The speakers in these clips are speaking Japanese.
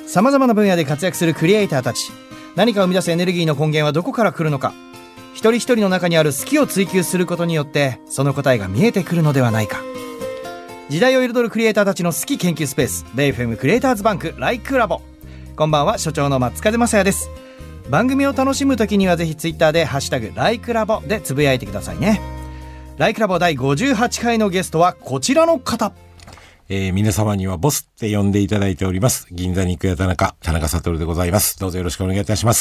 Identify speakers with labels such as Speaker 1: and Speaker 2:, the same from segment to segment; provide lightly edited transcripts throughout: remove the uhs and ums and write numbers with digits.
Speaker 1: さまざまな分野で活躍するクリエイターたち。何か生み出すエネルギーの根源はどこから来るのか。一人一人の中にある好きを追求することによってその答えが見えてくるのではないか。時代を彩るクリエイターたちの好き研究スペース、ベイフェムクリエイターズバンクライクラボ。こんばんは、所長の松風正也です。番組を楽しむときにはぜひツイッターでハッシュタグライクラボでつぶやいてくださいね。ライクラボ第58回のゲストはこちらの方。
Speaker 2: 皆様にはボスって呼んでいただいております銀座肉屋田中悟でございます。どうぞよろしくお願いいたします。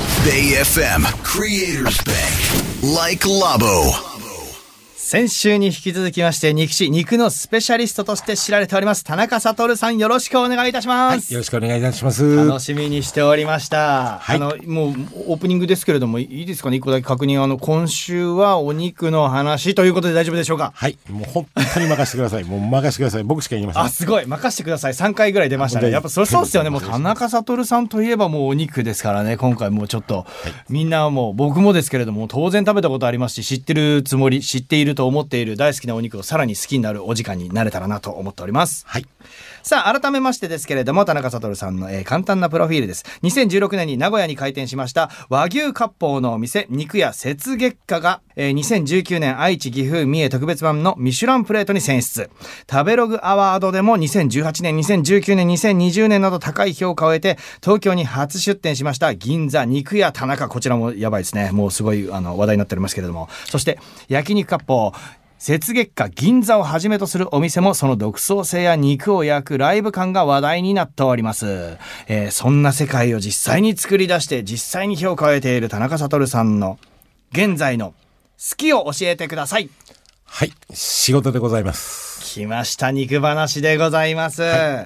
Speaker 3: BayFM Creators Bank Like Labo。
Speaker 1: 先週に引き続きまして肉史肉のスペシャリストとして知られております田中悟さん、よろしくお願いいたします。
Speaker 2: はい、よろしくお願いいたします。
Speaker 1: 楽しみにしておりました、
Speaker 2: はい、
Speaker 1: もうオープニングですけれどもいいですかね、1個だけ確認。今週はお肉の話ということで大丈夫でしょうか。
Speaker 2: はい、もう本当に任せてください。もう任せてください。僕しか言いません。
Speaker 1: あ、すごい、任せてください。3回ぐらい出ましたね。やっぱそうですよね。もう田中悟さんといえばもうお肉ですからね。今回もうちょっと、みんなもう僕もですけれども当然食べたことありますし、知っていると思っている大好きなお肉をさらに好きになるお時間になれたらなと思っております。
Speaker 2: はい。
Speaker 1: さあ改めましてですけれども、田中悟さんの、簡単なプロフィールです。2016年に名古屋に開店しました和牛割烹のお店肉屋雪月花が、2019年愛知岐阜三重特別版のミシュランプレートに選出。食べログアワードでも2018年2019年2020年など高い評価を得て東京に初出店しました銀座肉屋田中。こちらもやばいですね。もうすごい話題になっておりますけれども、そして焼肉割烹雪月花銀座をはじめとするお店もその独創性や肉を焼くライブ感が話題になっております。そんな世界を実際に作り出して実際に評価を得ている田中悟さんの現在の好きを教えてください。
Speaker 2: はい、仕事でございます。
Speaker 1: 来ました、肉話でございます、
Speaker 2: はい、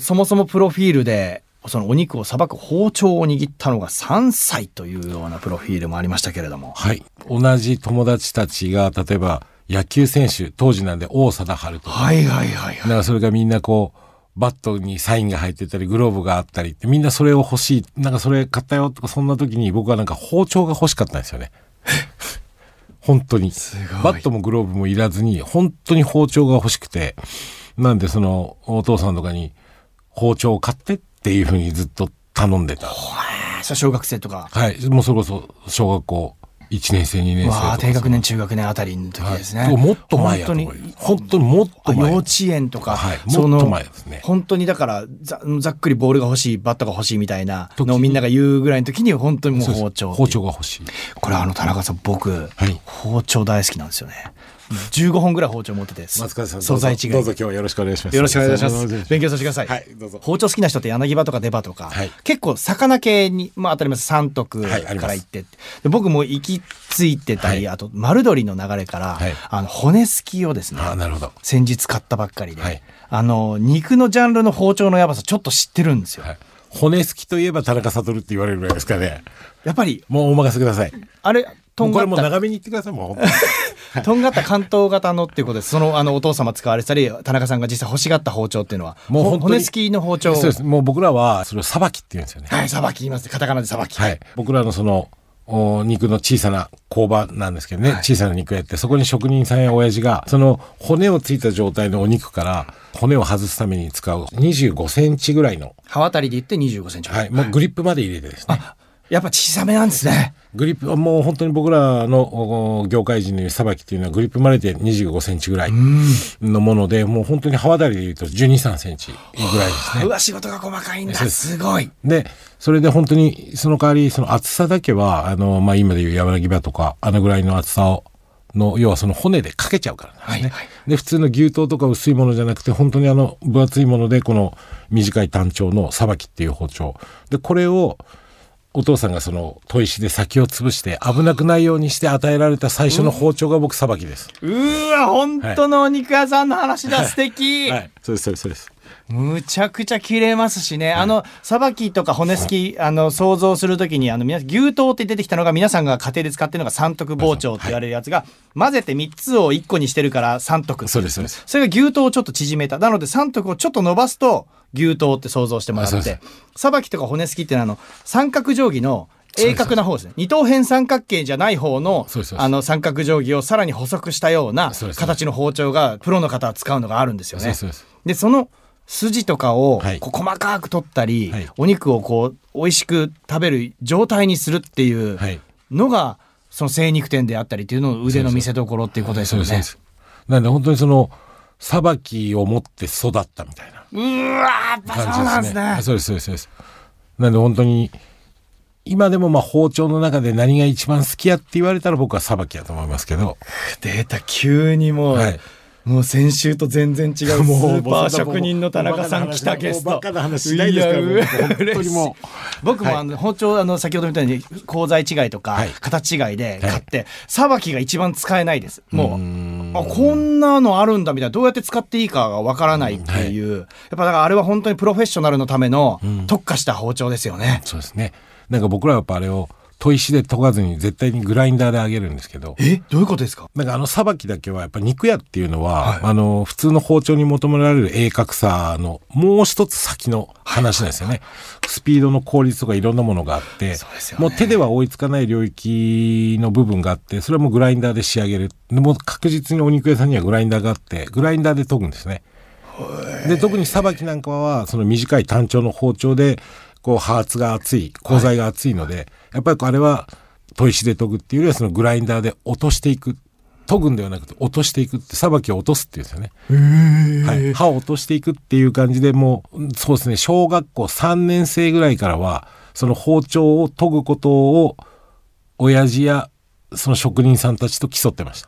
Speaker 1: そもそもプロフィールでそのお肉をさばく包丁を握ったのが3歳というようなプロフィールもありましたけれども、
Speaker 2: はい、同じ友達たちが例えば野球選手当時なんで王貞治とか、
Speaker 1: はいはいはい、
Speaker 2: だからそれがみんなこうバットにサインが入ってたりグローブがあったりってみんなそれを欲しい、なんかそれ買ったよとか、そんな時に僕はなんか包丁が欲しかったんですよね本当にバットもグローブもいらずに本当に包丁が欲しくて、なんでそのお父さんとかに包丁を買ってっていう風にずっと頼んでた。
Speaker 1: 小学生とか、
Speaker 2: はい、もうそれこそ小学校1年生2年生とか
Speaker 1: 低学年中学年あたりの時ですね、
Speaker 2: はい、もっと前やと思います。本当にもっと前、
Speaker 1: 幼稚園とか、
Speaker 2: はい、もっと前ですね。
Speaker 1: 本当にだからざっくりボールが欲しい、バットが欲しいみたいなのをみんなが言うぐらいの時に本当にもう包丁
Speaker 2: が欲しい。
Speaker 1: これ田中さん、僕、はい、包丁大好きなんですよね。15本ぐらい包丁持ってて、
Speaker 2: 松風さん
Speaker 1: 素材違い、
Speaker 2: どうぞ今日はよろしくお願いします。
Speaker 1: よろしくお願いします。勉強させてください。
Speaker 2: はい、どうぞ。
Speaker 1: 包丁好きな人って柳葉とか出刃とか、はい、結構魚系に、当たり前三徳から行って、で僕も行き着いてたり、あと丸鶏の流れから、骨すきをですね、
Speaker 2: なるほど、
Speaker 1: 先日買ったばっかりで、肉のジャンルの包丁のやばさちょっと知ってるんですよ。
Speaker 2: 骨すきといえば田中悟って言われるぐらいですかね。
Speaker 1: やっぱり
Speaker 2: もうお任せください。
Speaker 1: あれ
Speaker 2: これもう長めに言ってください。もう
Speaker 1: とんがった関東型のっていうことです。そのお父様使われたり田中さんが実際欲しがった包丁っていうのはもう本当に骨すきの包丁。
Speaker 2: そうです。もう僕らはそれをさばきって言うんですよね。
Speaker 1: はい、さばき言います。カタカナでさばき。
Speaker 2: はい。僕らのその肉の小さな工場なんですけどね、小さな肉屋って、そこに職人さんや親父がその骨をついた状態のお肉から骨を外すために使う25センチぐらいの
Speaker 1: 刃渡りで言って25センチ、
Speaker 2: はい、もうグリップまで入れてですね。
Speaker 1: やっぱ小さめなんですね。
Speaker 2: グリップはもう本当に僕らの業界人のさばきっていうのはグリップまでで25センチぐらいのもので、もう本当に刃渡りで言うと12、3センチぐらいですね。
Speaker 1: うわ、仕事が細かいんだ。すごい。
Speaker 2: でそれで本当にその代わりその厚さだけは今でいう柳刃とかぐらいの厚さを要はその骨でかけちゃうからなんですね。で普通の牛刀とか薄いものじゃなくて本当に分厚いものでこの短い単調のさばきっていう包丁で、これをお父さんがその砥石で先を潰して危なくないようにして与えられた最初の包丁が僕さばきです。
Speaker 1: うわ、本当のお肉屋さんの話だ、素敵。
Speaker 2: はい、そうですそうです。
Speaker 1: むちゃくちゃ切れますしね、さばきとか骨すき、想像するときに皆さん牛刀って出てきたのが、皆さんが家庭で使ってるのが三徳包丁って言われるやつが、混ぜて3つを1個にしてるから三徳。
Speaker 2: そうですそうです。
Speaker 1: それが牛刀をちょっと縮めた。なので三徳をちょっと伸ばすと牛刀って想像してもらって、さばきとか骨すきっていうのは三角定規の鋭角な方ですね。二等辺三角形じゃない方の三角定規をさらに細くしたような形の包丁がプロの方は使うのがあるんですよね。でその筋とかを
Speaker 2: はい
Speaker 1: こう細かく取ったり、
Speaker 2: はい
Speaker 1: お肉をこう美味しく食べる状態にするっていう
Speaker 2: はい
Speaker 1: のがその精肉店であったりっていうのの腕の見せ所っていうことですよね。
Speaker 2: そうですなんで本当にそのさばきを持って育ったみたいな
Speaker 1: うわー、やっぱそうなんですね。
Speaker 2: そうですそうですそうです。なんで本当に今でもまあ包丁の中で何が一番好きやって言われたら僕はさばきやと思いますけど。
Speaker 1: データ急にもう、
Speaker 2: はい
Speaker 1: もう先週と全然違うスーパー職人の田中さん
Speaker 2: もう
Speaker 1: 来たゲスト。
Speaker 2: バカな話しないですから
Speaker 1: いや
Speaker 2: 本当にもう
Speaker 1: 僕も包丁先ほどみたいに鋼材違いとか
Speaker 2: はい
Speaker 1: 形違いで買ってさばきが一番使えないです。も
Speaker 2: う
Speaker 1: うこんなのあるんだみたいな、どうやって使っていいかがわからないっていう、やっぱだからあれは本当にプロフェッショナルのための特化した包丁ですよね。
Speaker 2: そうですね。なんか僕らはやっぱあれを砥石で研がずに絶対にグラインダーで揚げるんですけど、
Speaker 1: どういうことですか？
Speaker 2: なんかさばきだけはやっぱ肉屋っていうのは、
Speaker 1: はい
Speaker 2: 普通の包丁に求められる鋭角さのもう一つ先の話なんですよね。スピードの効率とかいろんなものがあって、
Speaker 1: そうですよね
Speaker 2: もう手では追いつかない領域の部分があって、それはもうグラインダーで仕上げる。でもう確実にお肉屋さんにはグラインダーがあって、グラインダーで研ぐんですね。で特にさばきなんかはその短い単調の包丁でこうハーツが厚い鋼材が厚いので、やっぱりあれは砥石で研ぐっていうよりはそのグラインダーで落としていく、研ぐんではなくて落としていくって、さばきを落とすっていうんですよね。はい、刃を落としていくっていう感じで、もうそうですね、小学校3年生ぐらいからはその包丁を研ぐことを親父やその職人さんたちと競ってました。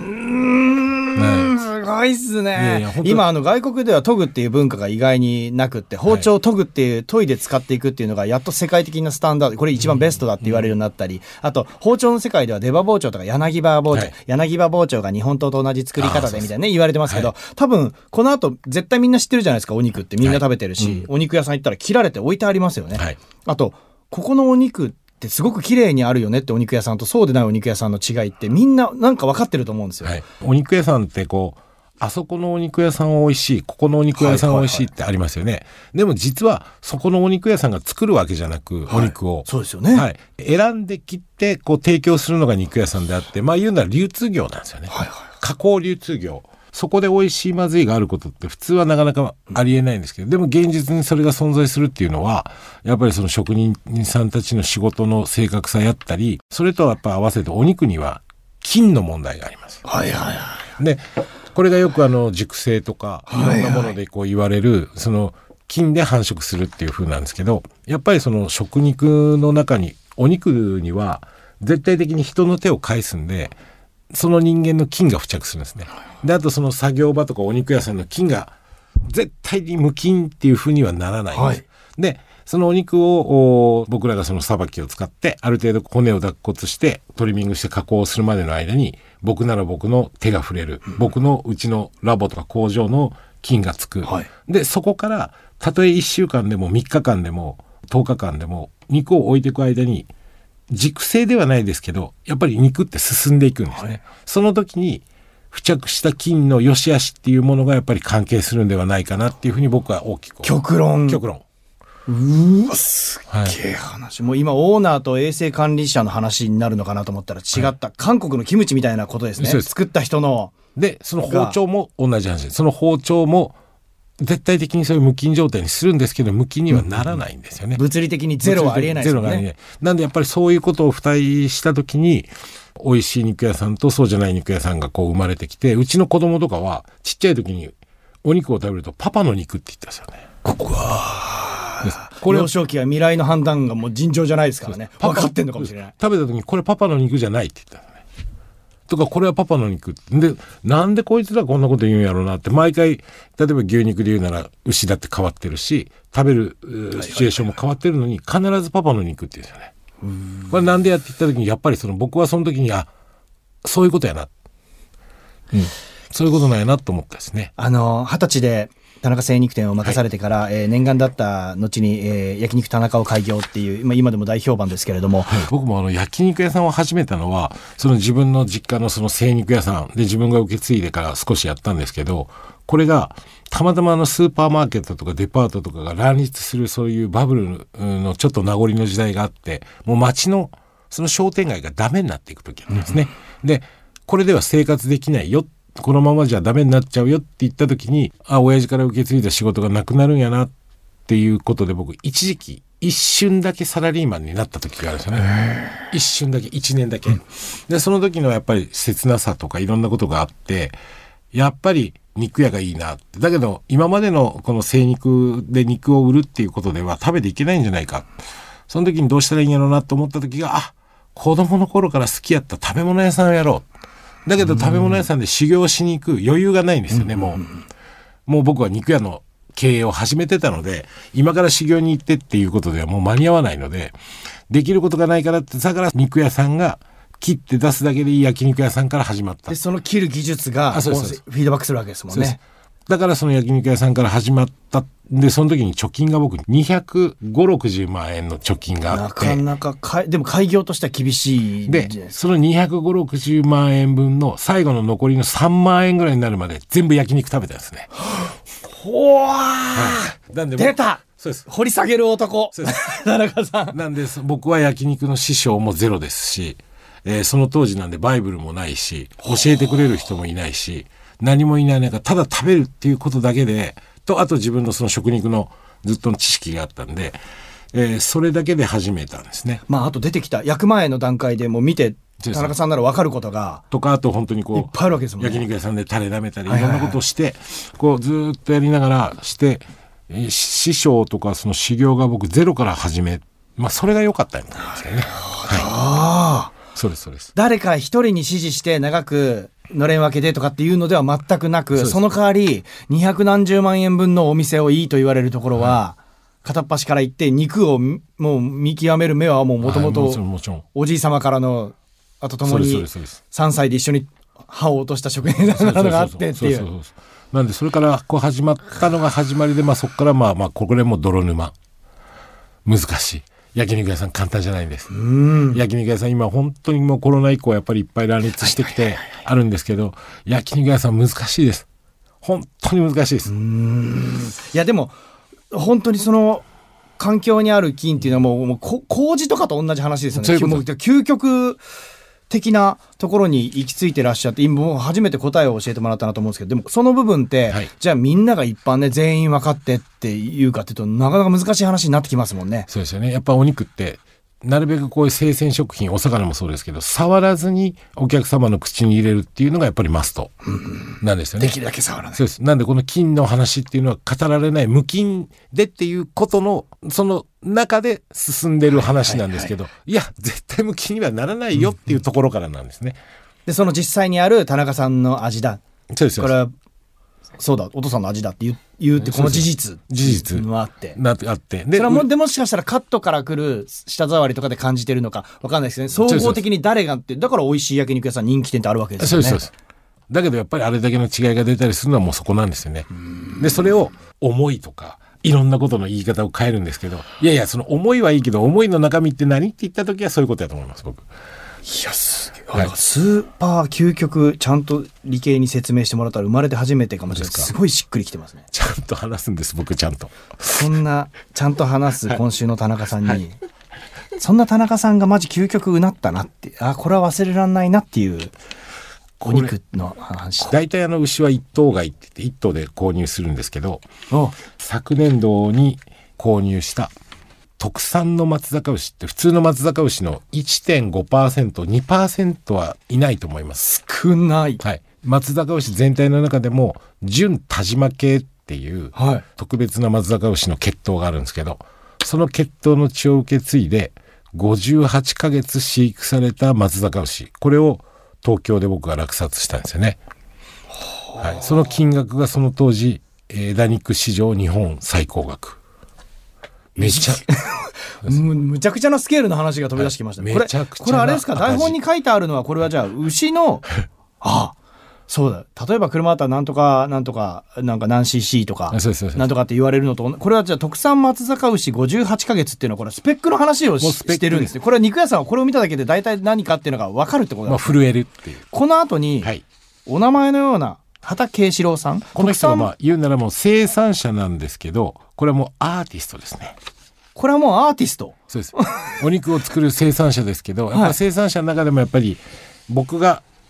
Speaker 1: すごいっすね。
Speaker 2: いやいや本当に
Speaker 1: 今外国では研ぐっていう文化が意外になくって、包丁を研ぐっていう研いで使っていくっていうのがやっと世界的なスタンダード、これ一番ベストだって言われるようになったり、あと包丁の世界では出刃包丁とか柳刃包丁、
Speaker 2: はい
Speaker 1: 柳刃包丁が日本刀と同じ作り方でみたいなね言われてますけど、
Speaker 2: は
Speaker 1: 多分この後絶対みんな知ってるじゃないですか。お肉ってみんな食べてるし、お肉屋さん行ったら切られて置いてありますよね。
Speaker 2: はい
Speaker 1: あとここのお肉ってすごく綺麗にあるよねって、お肉屋さんとそうでないお肉屋さんの違いってみんななんか分かってると思うんですよ。
Speaker 2: はい、お肉屋さんってこうあそこのお肉屋さんは美味しい、ここのお肉屋さんは美味しいってありますよね。でも実はそこのお肉屋さんが作るわけじゃなく、お肉を、
Speaker 1: そうですよね。
Speaker 2: はい、選んで切ってこう提供するのが肉屋さんであって、まあ言うなら流通業なんですよね。加工流通業。そこで美味しいまずいがあることって普通はなかなかありえないんですけど、でも現実にそれが存在するっていうのはやっぱりその職人さんたちの仕事の正確さやったり、それとはやっぱ合わせてお肉には菌の問題があります。でこれがよく熟成とかいろんなものでこう言われる、その菌で繁殖するっていう風なんですけど、やっぱりその食肉の中にお肉には絶対的に人の手を介すんで、その人間の菌が付着するんですね。であとその作業場とかお肉屋さんの菌が絶対に無菌っていう風にはならないんです。でそのお肉を僕らがそのさばきを使ってある程度骨を脱骨してトリミングして加工するまでの間に、僕なら僕の手が触れる、僕のうちのラボとか工場の菌がつく、でそこからたとえ1週間でも3日間でも10日間でも肉を置いていく間に熟成ではないですけど、やっぱり肉って進んでいくんですね。その時に付着した菌の良し悪しっていうものがやっぱり関係するんではないかなっていうふうに僕は大きく
Speaker 1: 極論。うわすっげえ話、もう今オーナーと衛生管理者の話になるのかなと思ったら違った、韓国のキムチみたいなことですね。作った人の
Speaker 2: でその包丁も同じ話です。その包丁も絶対的にそういう無菌状態にするんですけど、無菌にはならないんですよね。
Speaker 1: 物理的にゼロはありえないですよね。
Speaker 2: ゼロがありえない。なんでやっぱりそういうことを付帯した時に美味しい肉屋さんとそうじゃない肉屋さんがこう生まれてきて、うちの子供とかはちっちゃい時にお肉を食べるとパパの肉って言ったんですよね。
Speaker 1: これ幼少期は未来の判断がもう尋常じゃないですからね。分かってんのかもしれない。
Speaker 2: 食べた時にこれパパの肉じゃないって言ったのね。とかこれはパパの肉で、なんでこいつらこんなこと言うんやろうなって、毎回例えば牛肉で言うなら牛だって変わってるし、食べるシチュエーションも変わってるのに必ずパパの肉って言うんですよね。これなんでやって言った時にやっぱり僕はその時にそういうことやな、そういうことなんやなと思ったですね。
Speaker 1: 20歳で田中精肉店を任されてから、念願だった後に、焼肉田中を開業っていう、今でも大評判ですけれども、
Speaker 2: 僕も焼肉屋さんを始めたのはその自分の実家のその精肉屋さんで自分が受け継いでから少しやったんですけど、これがたまたまスーパーマーケットとかデパートとかが乱立するそういうバブルのちょっと名残の時代があって、もう街のその商店街がダメになっていく時なんですね。でこれでは生活できないよ、 このままじゃダメになっちゃうよって言った時に、親父から受け継いだ仕事がなくなるんやなっていうことで、僕一時期一瞬だけサラリーマンになった時があるんですよね。一瞬だけ、1年だけ、でその時のやっぱり切なさとかいろんなことがあって、やっぱり肉屋がいいなって。だけど今までのこの精肉で肉を売るっていうことでは食べていけないんじゃないか。その時にどうしたらいいんやろうなと思った時が、子供の頃から好きやった食べ物屋さんをやろう。だけど食べ物屋さんで修行しに行く余裕がないんですよね。もう僕は肉屋の経営を始めてたので、今から修行に行ってっていうことではもう間に合わないので、できることがないからって、だから肉屋さんが切って出すだけでいい焼肉屋さんから始まった。
Speaker 1: でその切る技術がフィードバックするわけですもんね。
Speaker 2: だからその焼肉屋さんから始まったんで、その時に貯金が僕250-60万円の貯金があって、
Speaker 1: なかなかでも開業としては厳しい
Speaker 2: で、その250-60万円分の最後の残りの3万円ぐらいになるまで全部焼肉食べたんですね。
Speaker 1: ほわー、
Speaker 2: なんで
Speaker 1: 出た。
Speaker 2: そうです。
Speaker 1: 掘り下げる男田中さん
Speaker 2: なんで僕は焼肉の師匠もゼロですし、その当時なんでバイブルもないし、教えてくれる人もいないし、何もいない中、ただ食べるっていうことだけでと、あと自分のその食肉のずっとの知識があったんで、それだけで始めたんですね。
Speaker 1: あと出てきた焼く前の段階でもう見て田中さんなら分かることが
Speaker 2: とか、あと本当にこう
Speaker 1: いっぱいあるわけですもんね。
Speaker 2: 焼肉屋さんでタレ舐めたりいろんなことをして、こうずっとやりながらして、師匠とかその修行が僕ゼロから始め、それが良かったんですよね。そうですそうです。
Speaker 1: 誰か一人に指示して長くのれん分けでとかっていうのでは全くなく、その代わり200何十万円分のお店をいいと言われるところは、片っ端から行って肉をもう見極める目はもともとおじい様からのあとともに3歳で一緒に歯を落とした職人さんなどがあってっていう。
Speaker 2: なんでそれからこう始まったのが始まりで、そこからこれも泥沼、難しい。焼肉屋さん簡単じゃないんです。焼肉屋さん今本当にもうコロナ以降やっぱりいっぱい乱立してきてあるんですけど、焼肉屋さん難しいです。本当に難しいです。
Speaker 1: いやでも本当にその環境にある菌っていうのはもう麹とかと同じ話ですよね。もう究極的なところに行き着いてらっしゃって、今もう初めて答えを教えてもらったなと思うんですけど、でもその部分って、じゃあみんなが一般ね全員分かってっていうかっていうとなかなか難しい話になってきますもんね。
Speaker 2: そうですよね。やっぱお肉ってなるべくこういう生鮮食品、お魚もそうですけど、触らずにお客様の口に入れるっていうのがやっぱりマストなんですよね。
Speaker 1: できるだけ触らない。
Speaker 2: そうです。なんでこの菌の話っていうのは語られない、無菌でっていうことのその中で進んでる話なんですけど、いや絶対無菌にはならないよっていうところからなんですね。
Speaker 1: でその実際にある田中さんの味だ、
Speaker 2: そうです
Speaker 1: これはそうだお父さんの味だって言うって、この事実があってでそれはもしかしたらカットから来る舌触りとかで感じてるのか分かんないですけどね、総合的に誰がって、だから美味しい焼肉屋さん人気店ってあるわけですよね。
Speaker 2: そうですだけどやっぱりあれだけの違いが出たりするのはもうそこなんですよね。でそれを思いとかいろんなことの言い方を変えるんですけど、いやその思いはいいけど、思いの中身って何って言った時はそういうことだと思います僕。
Speaker 1: いやすげえ、スーパー究極ちゃんと理系に説明してもらったら生まれて初めてかもしれない。すごいしっくりきてますね。
Speaker 2: ちゃんと話すんです僕、ちゃんと。
Speaker 1: そんなちゃんと話す今週の田中さんに、そんな田中さんがマジ究極うなったなって、これは忘れられないなっていうお肉の話。
Speaker 2: 大体牛は一頭買いって言って一頭で購入するんですけど、昨年度に購入した特産の松阪牛って普通の松阪牛の 1.5%、2% はいないと思います。
Speaker 1: 少ない。
Speaker 2: 松阪牛全体の中でも準田島系っていう特別な松阪牛の血統があるんですけど、その血統の血を受け継いで58ヶ月飼育された松阪牛、これを東京で僕が落札したんですよね。その金額がその当時枝肉市場日本最高額。むちゃ
Speaker 1: くちゃなスケールの話が飛び出してきましたね。これあれですか、台本に書いてあるのはこれはじゃあ牛のそうだ、例えば車だったらなんとかなんとかなんか何 cc とかなんとかって言われるのと、これはじゃあ特産松阪牛58ヶ月っていうのはこれスペックの話をしてるんですね。これは肉屋さんはこれを見ただけで大体何かっていうのが分かるってことなんです。
Speaker 2: 震えるっていう。
Speaker 1: この後に、お名前のような畑慶四郎さん、
Speaker 2: この人は言うならもう生産者なんですけど、これはもうアーティストですね。
Speaker 1: これはもうアーティスト。
Speaker 2: そうですお肉を作る生産者ですけど、やっぱ生産者の中でもやっぱり僕が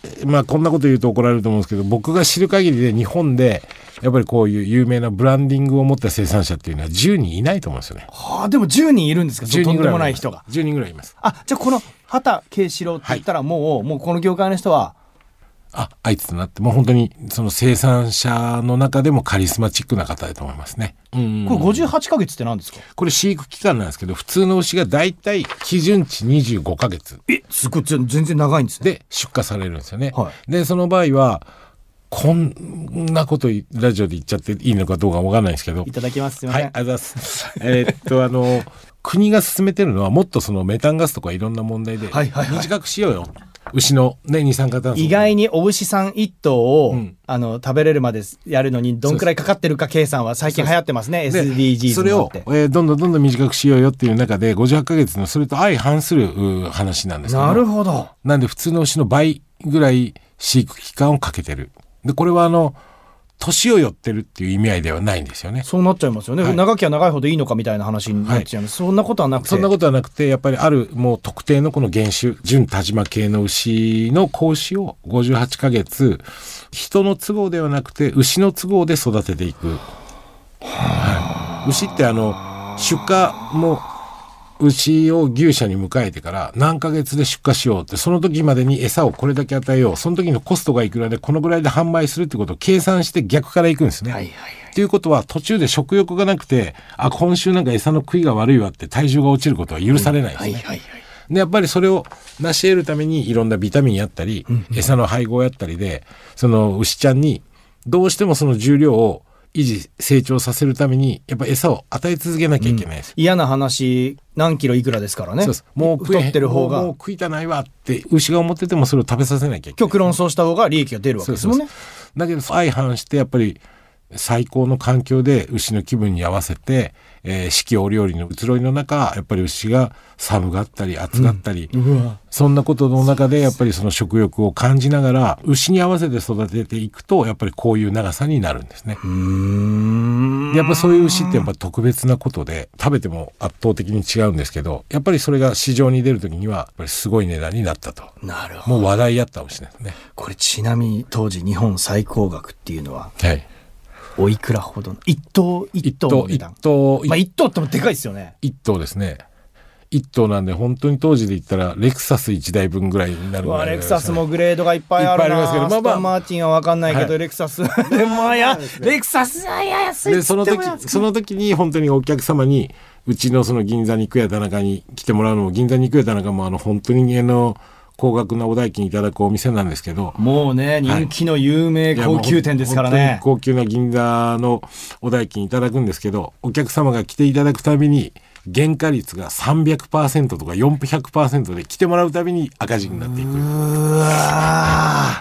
Speaker 2: まあこんなこと言うと怒られると思うんですけど、僕が知る限りで日本でやっぱりこういう有名なブランディングを持った生産者っていうのは10人いないと思うんですよね。
Speaker 1: はあ、でも10人いるんですか。
Speaker 2: 10人ぐらい
Speaker 1: とんでもない人が。
Speaker 2: 10人ぐらいいます。
Speaker 1: じゃあこの畑慶四郎って言ったらもうこの業界の人は
Speaker 2: あいつとなって、もう本当にその生産者の中でもカリスマチックな方だと思いますね。
Speaker 1: これ58ヶ月って何ですか。
Speaker 2: これ飼育期間なんですけど、普通の牛がだいたい基準値25ヶ月
Speaker 1: すごい全然長いんですね。
Speaker 2: で出荷されるんですよね、
Speaker 1: はい、
Speaker 2: でその場合はこんなことラジオで言っちゃっていいのかどうかわからないですけど、
Speaker 1: いただきます。すいません。
Speaker 2: はい、ありがとうございます国が進めてるのはもっとそのメタンガスとかいろんな問題で短くしようよ、牛の、ね、二酸化炭素。
Speaker 1: 意外にお牛さん1頭を、食べれるまでやるのにどんくらいかかってるか計算は最近流行ってますね。 SDGs
Speaker 2: それを、どんどん短くしようよっていう中で58ヶ月のそれと相反する話なんですけど、
Speaker 1: なるほど。
Speaker 2: なんで普通の牛の倍ぐらい飼育期間をかけてる。でこれは年を寄ってるっていう意味合いではないんですよね。
Speaker 1: そうなっちゃいますよね、はい、長きゃ長いほどいいのかみたいな話になっちゃう、はい、そんなことはなくて、
Speaker 2: そんなことはなくて、やっぱりあるもう特定のこの原種準田島系の牛の子牛を58ヶ月人の都合ではなくて牛の都合で育てていく、はい、牛って出荷も牛を牛舎に迎えてから何ヶ月で出荷しようって、その時までに餌をこれだけ与えよう、その時のコストがいくらでこのぐらいで販売するってことを計算して逆からいくんですね。はいはいはい、っていうことは途中で食欲がなくて今週なんか餌の食いが悪いわって体重が落ちることは許されないですね。はいはいはい、でやっぱりそれを成し得るためにいろんなビタミンやったり、餌の配合やったりでその牛ちゃんにどうしてもその重量を維持成長させるためにやっぱ餌を与え続けなきゃいけないです、
Speaker 1: 嫌な話何キロいくらですからね。そうです。
Speaker 2: もう
Speaker 1: 太ってる方が
Speaker 2: もう食いたないわって牛が思っててもそれを食べさせなきゃいけない。
Speaker 1: 極論そうした方が利益が出るわけですもんね。
Speaker 2: そうだけど相反してやっぱり最高の環境で牛の気分に合わせて、四季折々の移ろいの中やっぱり牛が寒がったり暑がったり、そんなことの中でやっぱりその食欲を感じながら牛に合わせて育てていくとやっぱりこういう長さになるんですね。やっぱそういう牛ってやっぱ特別なことで食べても圧倒的に違うんですけど、やっぱりそれが市場に出る時にはやっぱりすごい値段になったと。
Speaker 1: なるほど。
Speaker 2: もう話題やった牛ですね。
Speaker 1: これちなみに当時日本最高額っていうのは、
Speaker 2: はい、
Speaker 1: おいくらほどの一頭の値段。一頭ってもでかいですよね。
Speaker 2: 一頭ですね。一頭なんで本当に当時で言ったらレクサス1台分ぐらいになるぐらい、
Speaker 1: レクサスもグレードがいっぱいあるな。いっぱいありますけど、アストンマーティンは分かんないけど、はい、レクサスでもレクサスは安いって言っても安い。
Speaker 2: その時に本当にお客様にうちのその銀座肉屋田中に来てもらうのも、銀座肉屋田中も本当に高額なお代金いただくお店なんですけど、
Speaker 1: もうね人気の有名高級店ですからね、
Speaker 2: 本当に高級な銀座のお代金いただくんですけど、お客様が来ていただくたびに原価率が 300% とか 400% で来てもらうたびに赤字になっていく。
Speaker 1: はい、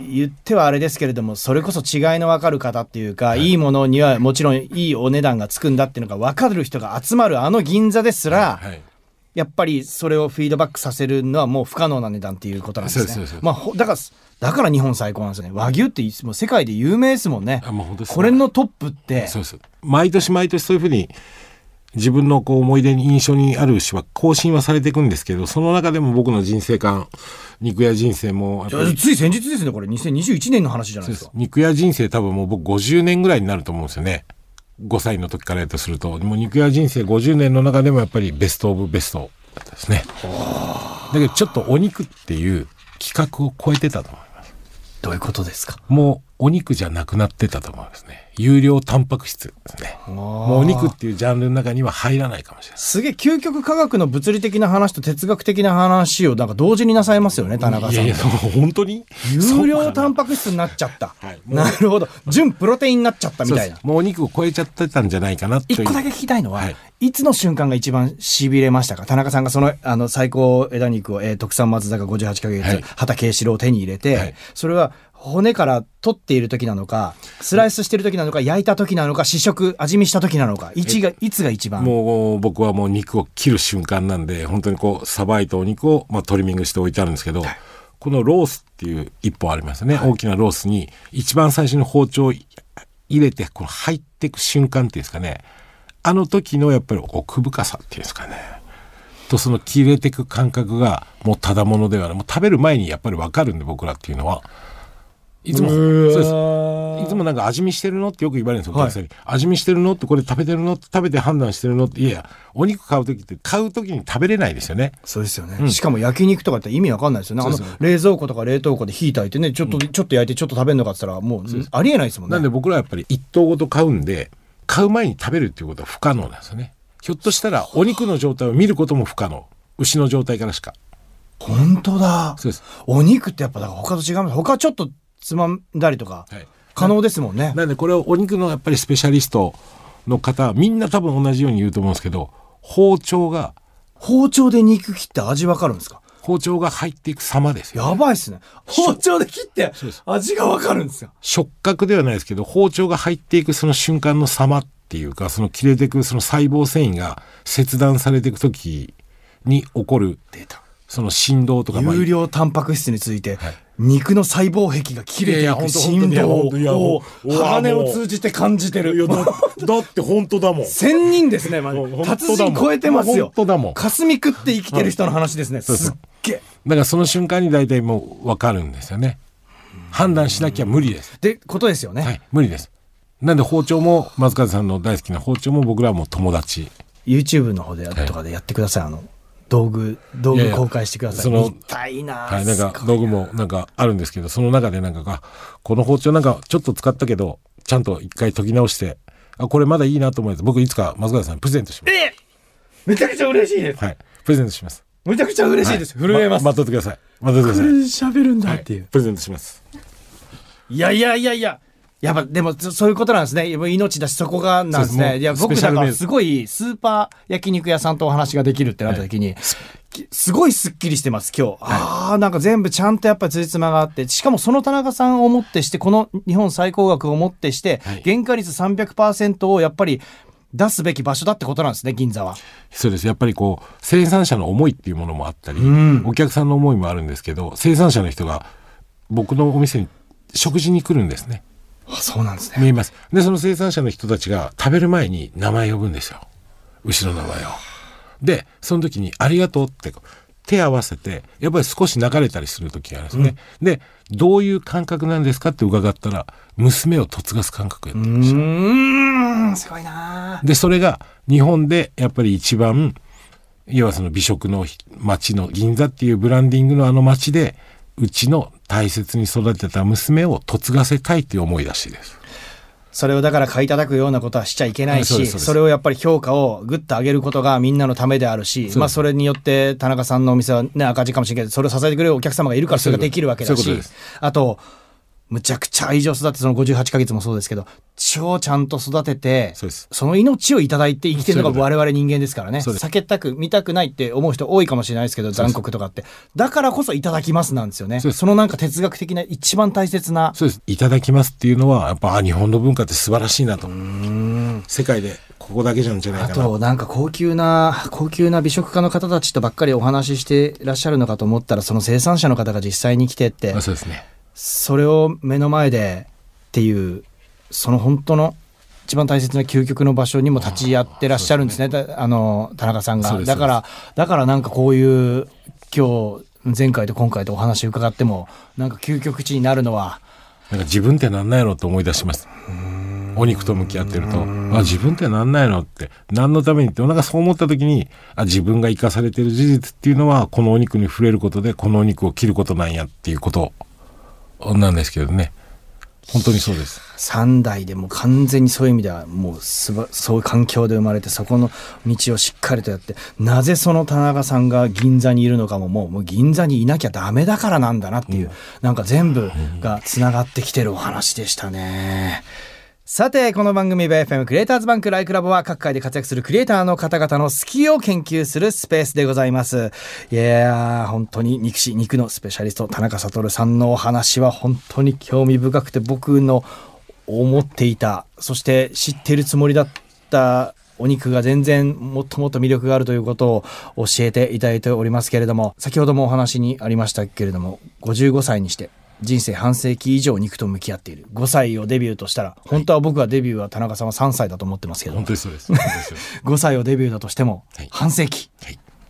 Speaker 1: 言ってはあれですけれども、それこそ違いの分かる方っていうか、いいものにはもちろんいいお値段がつくんだっていうのが分かる人が集まる銀座ですら、やっぱりそれをフィードバックさせるのはもう不可能な値段っていうことなんですね。だから日本最高なんですよね。和牛ってもう世界で有名ですもんね。これのトップって
Speaker 2: 毎年そういうふうに自分の思い出に印象にある牛は更新はされていくんですけど、その中でも僕の人生観、肉屋人生も
Speaker 1: つい先日ですね。これ2021年の話じゃないですか。
Speaker 2: 肉屋人生多分もう僕50年ぐらいになると思うんですよね。5歳の時からやとすると、もう肉屋人生50年の中でもやっぱりベストオブベストだったですね。だけどちょっとお肉っていう規格を超えてたと思います。
Speaker 1: どういうことですか。
Speaker 2: もうお肉じゃなくなってたと思うんですね。有料タンパク質ですね。もうお肉っていうジャンルの中には入らないかもしれない。
Speaker 1: すげえ究極科学の物理的な話と哲学的な話をなんか同時になさいますよね、田中さん。
Speaker 2: いや本当に
Speaker 1: 有料タンパク質になっちゃった。なるほど。純プロテインになっちゃったみたいな。
Speaker 2: もうお肉を超えちゃってたんじゃないかなっていう。
Speaker 1: 一個だけ聞きたいのは、いつの瞬間が一番しびれましたか。田中さんがその最高枝肉を、特産松坂58ヶ月、畑慶四郎を手に入れて、それは骨から取っている時なのか、スライスしている時なのか、焼いた時なのか、試食味見した時なのか、いつが一番。
Speaker 2: もう僕はもう肉を切る瞬間なんで、本当にさばいたお肉をトリミングして置いてあるんですけど、このロースっていう一本ありますね、大きなロースに一番最初に包丁を入れて入っていく瞬間っていうんですかね、あの時のやっぱり奥深さっていうんですかね、 とその切れてく感覚がもうただものではない。もう食べる前にやっぱり分かるんで、僕らっていうのはいつもそうです。いつもなんか味見してるのってよく言われるんですよ、お客さんに。味見してるのって、これ食べてるのって、食べて判断してるのって。いや、お肉買う時って買う時に食べれないですよね。
Speaker 1: そうですよね、しかも焼肉とかって意味わかんないですよね。冷蔵庫とか冷凍庫で火炊いてね、ちょっと焼いてちょっと食べるのかって言ったらもうありえないですもんね。
Speaker 2: なんで僕らはやっぱり一頭ごと買うんで、買う前に食べるっていうことは不可能なんですよね。ひょっとしたらお肉の状態を見ることも不可能。牛の状態からしか。
Speaker 1: 本当だ。
Speaker 2: そうです。
Speaker 1: お肉ってやっぱだから他と違う。他ちょっとつまんだりとか可能ですもんね。
Speaker 2: なんでこれをお肉のやっぱりスペシャリストの方みんな多分同じように言うと思うんですけど、包丁で肉切って味わかるんですか？ 包丁が入っていく様ですよ、ね。
Speaker 1: やばいっすね。包丁で切って味がわかるんですよ。
Speaker 2: 触覚ではないですけど、包丁が入っていくその瞬間の様っていうか、その切れていくその細胞繊維が切断されていく時に起こるその振動とか、
Speaker 1: 有料タンパク質について、肉の細胞壁が切れていく振動を鋼を通じて感じてる。
Speaker 2: だって本当だもん。
Speaker 1: 1000人ですね、達人超えてますよ。
Speaker 2: 本当だもん。
Speaker 1: 霞食って生きてる人の話ですね。すっげえ。
Speaker 2: だからその瞬間に大体もう分かるんですよね。判断しなきゃ無理です。
Speaker 1: ってことですよね。
Speaker 2: はい、無理です。なんで包丁も松風さんの大好きな包丁も僕らはもう友達。
Speaker 1: YouTube の方でとかでやってください。道具公開してください。見たいな。
Speaker 2: はい、なんか道具もなんかあるんですけど、その中でなんかこの包丁なんかちょっと使ったけどちゃんと一回研ぎ直して、これまだいいなと思うやつ僕いつか松川さんにプレゼントします。
Speaker 1: めちゃくちゃ嬉しいです。
Speaker 2: はい、プレゼントします。
Speaker 1: めちゃくちゃ嬉しいです。震えます。
Speaker 2: 待っとってください。待っとってください。
Speaker 1: 喋るんだっていう、
Speaker 2: プレゼントします。
Speaker 1: いややっぱでもそういうことなんですね。命だしそこがなんですね。いや僕なんかすごいスーパー焼肉屋さんとお話ができるってなった時に、すごいスッキリしてます今日。なんか全部ちゃんとやっぱり辻褄があって、しかもその田中さんをもってして、この日本最高額をもってして、原価率 300% をやっぱり出すべき場所だってことなんですね、銀座は。
Speaker 2: そうです。やっぱりこう生産者の思いっていうものもあったり、お客さんの思いもあるんですけど、生産者の人が僕のお店に食事に来るんですね。
Speaker 1: そうなんですね。
Speaker 2: 見えます。でその生産者の人たちが食べる前に名前呼ぶんですよ、牛の名前を。でその時にありがとうって手合わせてやっぱり少し流れたりする時があるんですね、でどういう感覚なんですかって伺ったら、娘を嫁がす感覚やってました。
Speaker 1: すごいな。
Speaker 2: でそれが日本でやっぱり一番、要はその美食の街の銀座っていうブランディングの街で、うちの大切に育てた娘を嫁がせたいっていう思い出しです。
Speaker 1: それをだから買い叩くようなことはしちゃいけないし、それをやっぱり評価をグッと上げることがみんなのためであるし、それによって田中さんのお店はね赤字かもしれないけど、それを支えてくれるお客様がいるからそれができるわけだし、あとむちゃくちゃ愛情育てて、その58ヶ月もそうですけど、超ちゃんと育てて、その命をいただいて生きてるのが我々人間ですからね。避けたく見たくないって思う人多いかもしれないですけど、残酷とかってだからこそいただきますなんですよね。そのなんか哲学的な一番大切な、
Speaker 2: そうです。いただきますっていうのはやっぱ日本の文化って素晴らしいなと。世界でここだけじゃんじゃないかな。
Speaker 1: あとなんか高級な美食家の方たちとばっかりお話ししてらっしゃるのかと思ったら、その生産者の方が実際に来てって、
Speaker 2: そうですね、
Speaker 1: それを目の前でっていう、その本当の一番大切な究極の場所にも立ち会ってらっしゃるんですね、田中さんが。だからなんかこういう今日前回と今回とお話伺っても、なんか究極値になるのは、
Speaker 2: なんか自分ってなんないのと思い出します。お肉と向き合ってると、自分ってなんないのって何のためにって、なんかそう思った時に、自分が生かされてる事実っていうのはこのお肉に触れることで、このお肉を切ることなんやっていうことなんですけどね。本当にそうです。
Speaker 1: 3代でも完全にそういう意味ではもうそういう環境で生まれて、そこの道をしっかりとやって、なぜその田中さんが銀座にいるのかも、もう銀座にいなきゃダメだからなんだなっていう、なんか全部がつながってきてるお話でしたね。さてこの番組 BayFM クリエイターズバンクライクラボは、各界で活躍するクリエイターの方々の好きを研究するスペースでございます。いやー、本当に肉のスペシャリスト田中悟さんのお話は本当に興味深くて、僕の思っていた、そして知っているつもりだったお肉が全然もっともっと魅力があるということを教えていただいておりますけれども、先ほどもお話にありましたけれども、55歳にして人生半世紀以上肉と向き合っている。5歳をデビューとしたら、本当は僕はデビューは田中さんは3歳だと思ってますけど、
Speaker 2: 本当にそうです。
Speaker 1: 5歳をデビューだとしても半世紀、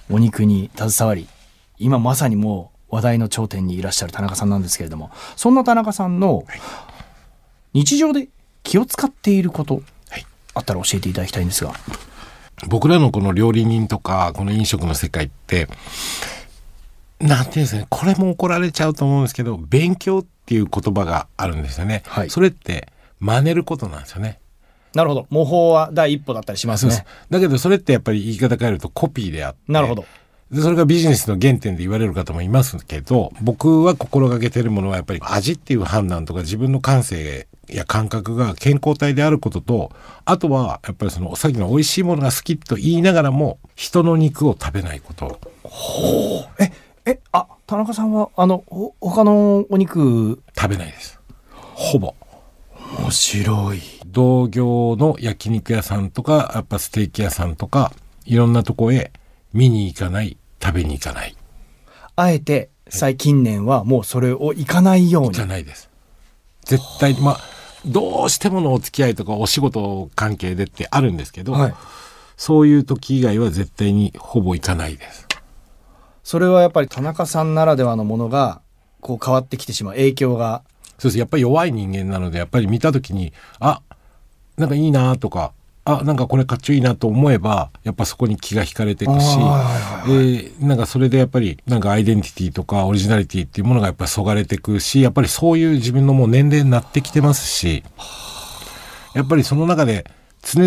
Speaker 1: お肉に携わり、今まさにもう話題の頂点にいらっしゃる田中さんなんですけれども、そんな田中さんの日常で気を使っていること、あったら教えていただきたいんですが。
Speaker 2: 僕らのこの料理人とかこの飲食の世界ってなんていうんですかね、これも怒られちゃうと思うんですけど、勉強っていう言葉があるんですよね、それって真似ることなんですよね。
Speaker 1: なるほど。模倣は第一歩だったりしますね。
Speaker 2: そうです。だけどそれってやっぱり言い方変えるとコピーであって、
Speaker 1: なるほど。
Speaker 2: でそれがビジネスの原点で言われる方もいますけど、僕は心がけてるものはやっぱり味っていう判断とか自分の感性や感覚が健康体であることと、あとはやっぱりそのさっきの美味しいものが好きと言いながらも人の肉を食べないこと。
Speaker 1: ほう。田中さんは他のお肉
Speaker 2: 食べないです。ほぼ。
Speaker 1: 面白い。
Speaker 2: 同業の焼肉屋さんとかやっぱステーキ屋さんとかいろんなとこへ見に行かない、食べに行かない。
Speaker 1: あえて近年はもうそれを行かないように。
Speaker 2: 行かないです。絶対にどうしてものお付き合いとかお仕事関係でってあるんですけど、そういう時以外は絶対にほぼ行かないです。
Speaker 1: それはやっぱり田中さんならではのものがこう変わってきてしまう影響が。
Speaker 2: そうです。やっぱり弱い人間なので、やっぱり見た時になんかいいなとかなんかこれかっちょいいなと思えばやっぱそこに気が惹かれていくし、なんかそれでやっぱりなんかアイデンティティとかオリジナリティっていうものがやっぱりそがれていくし、やっぱりそういう自分のもう年齢になってきてますし、やっぱりその中で常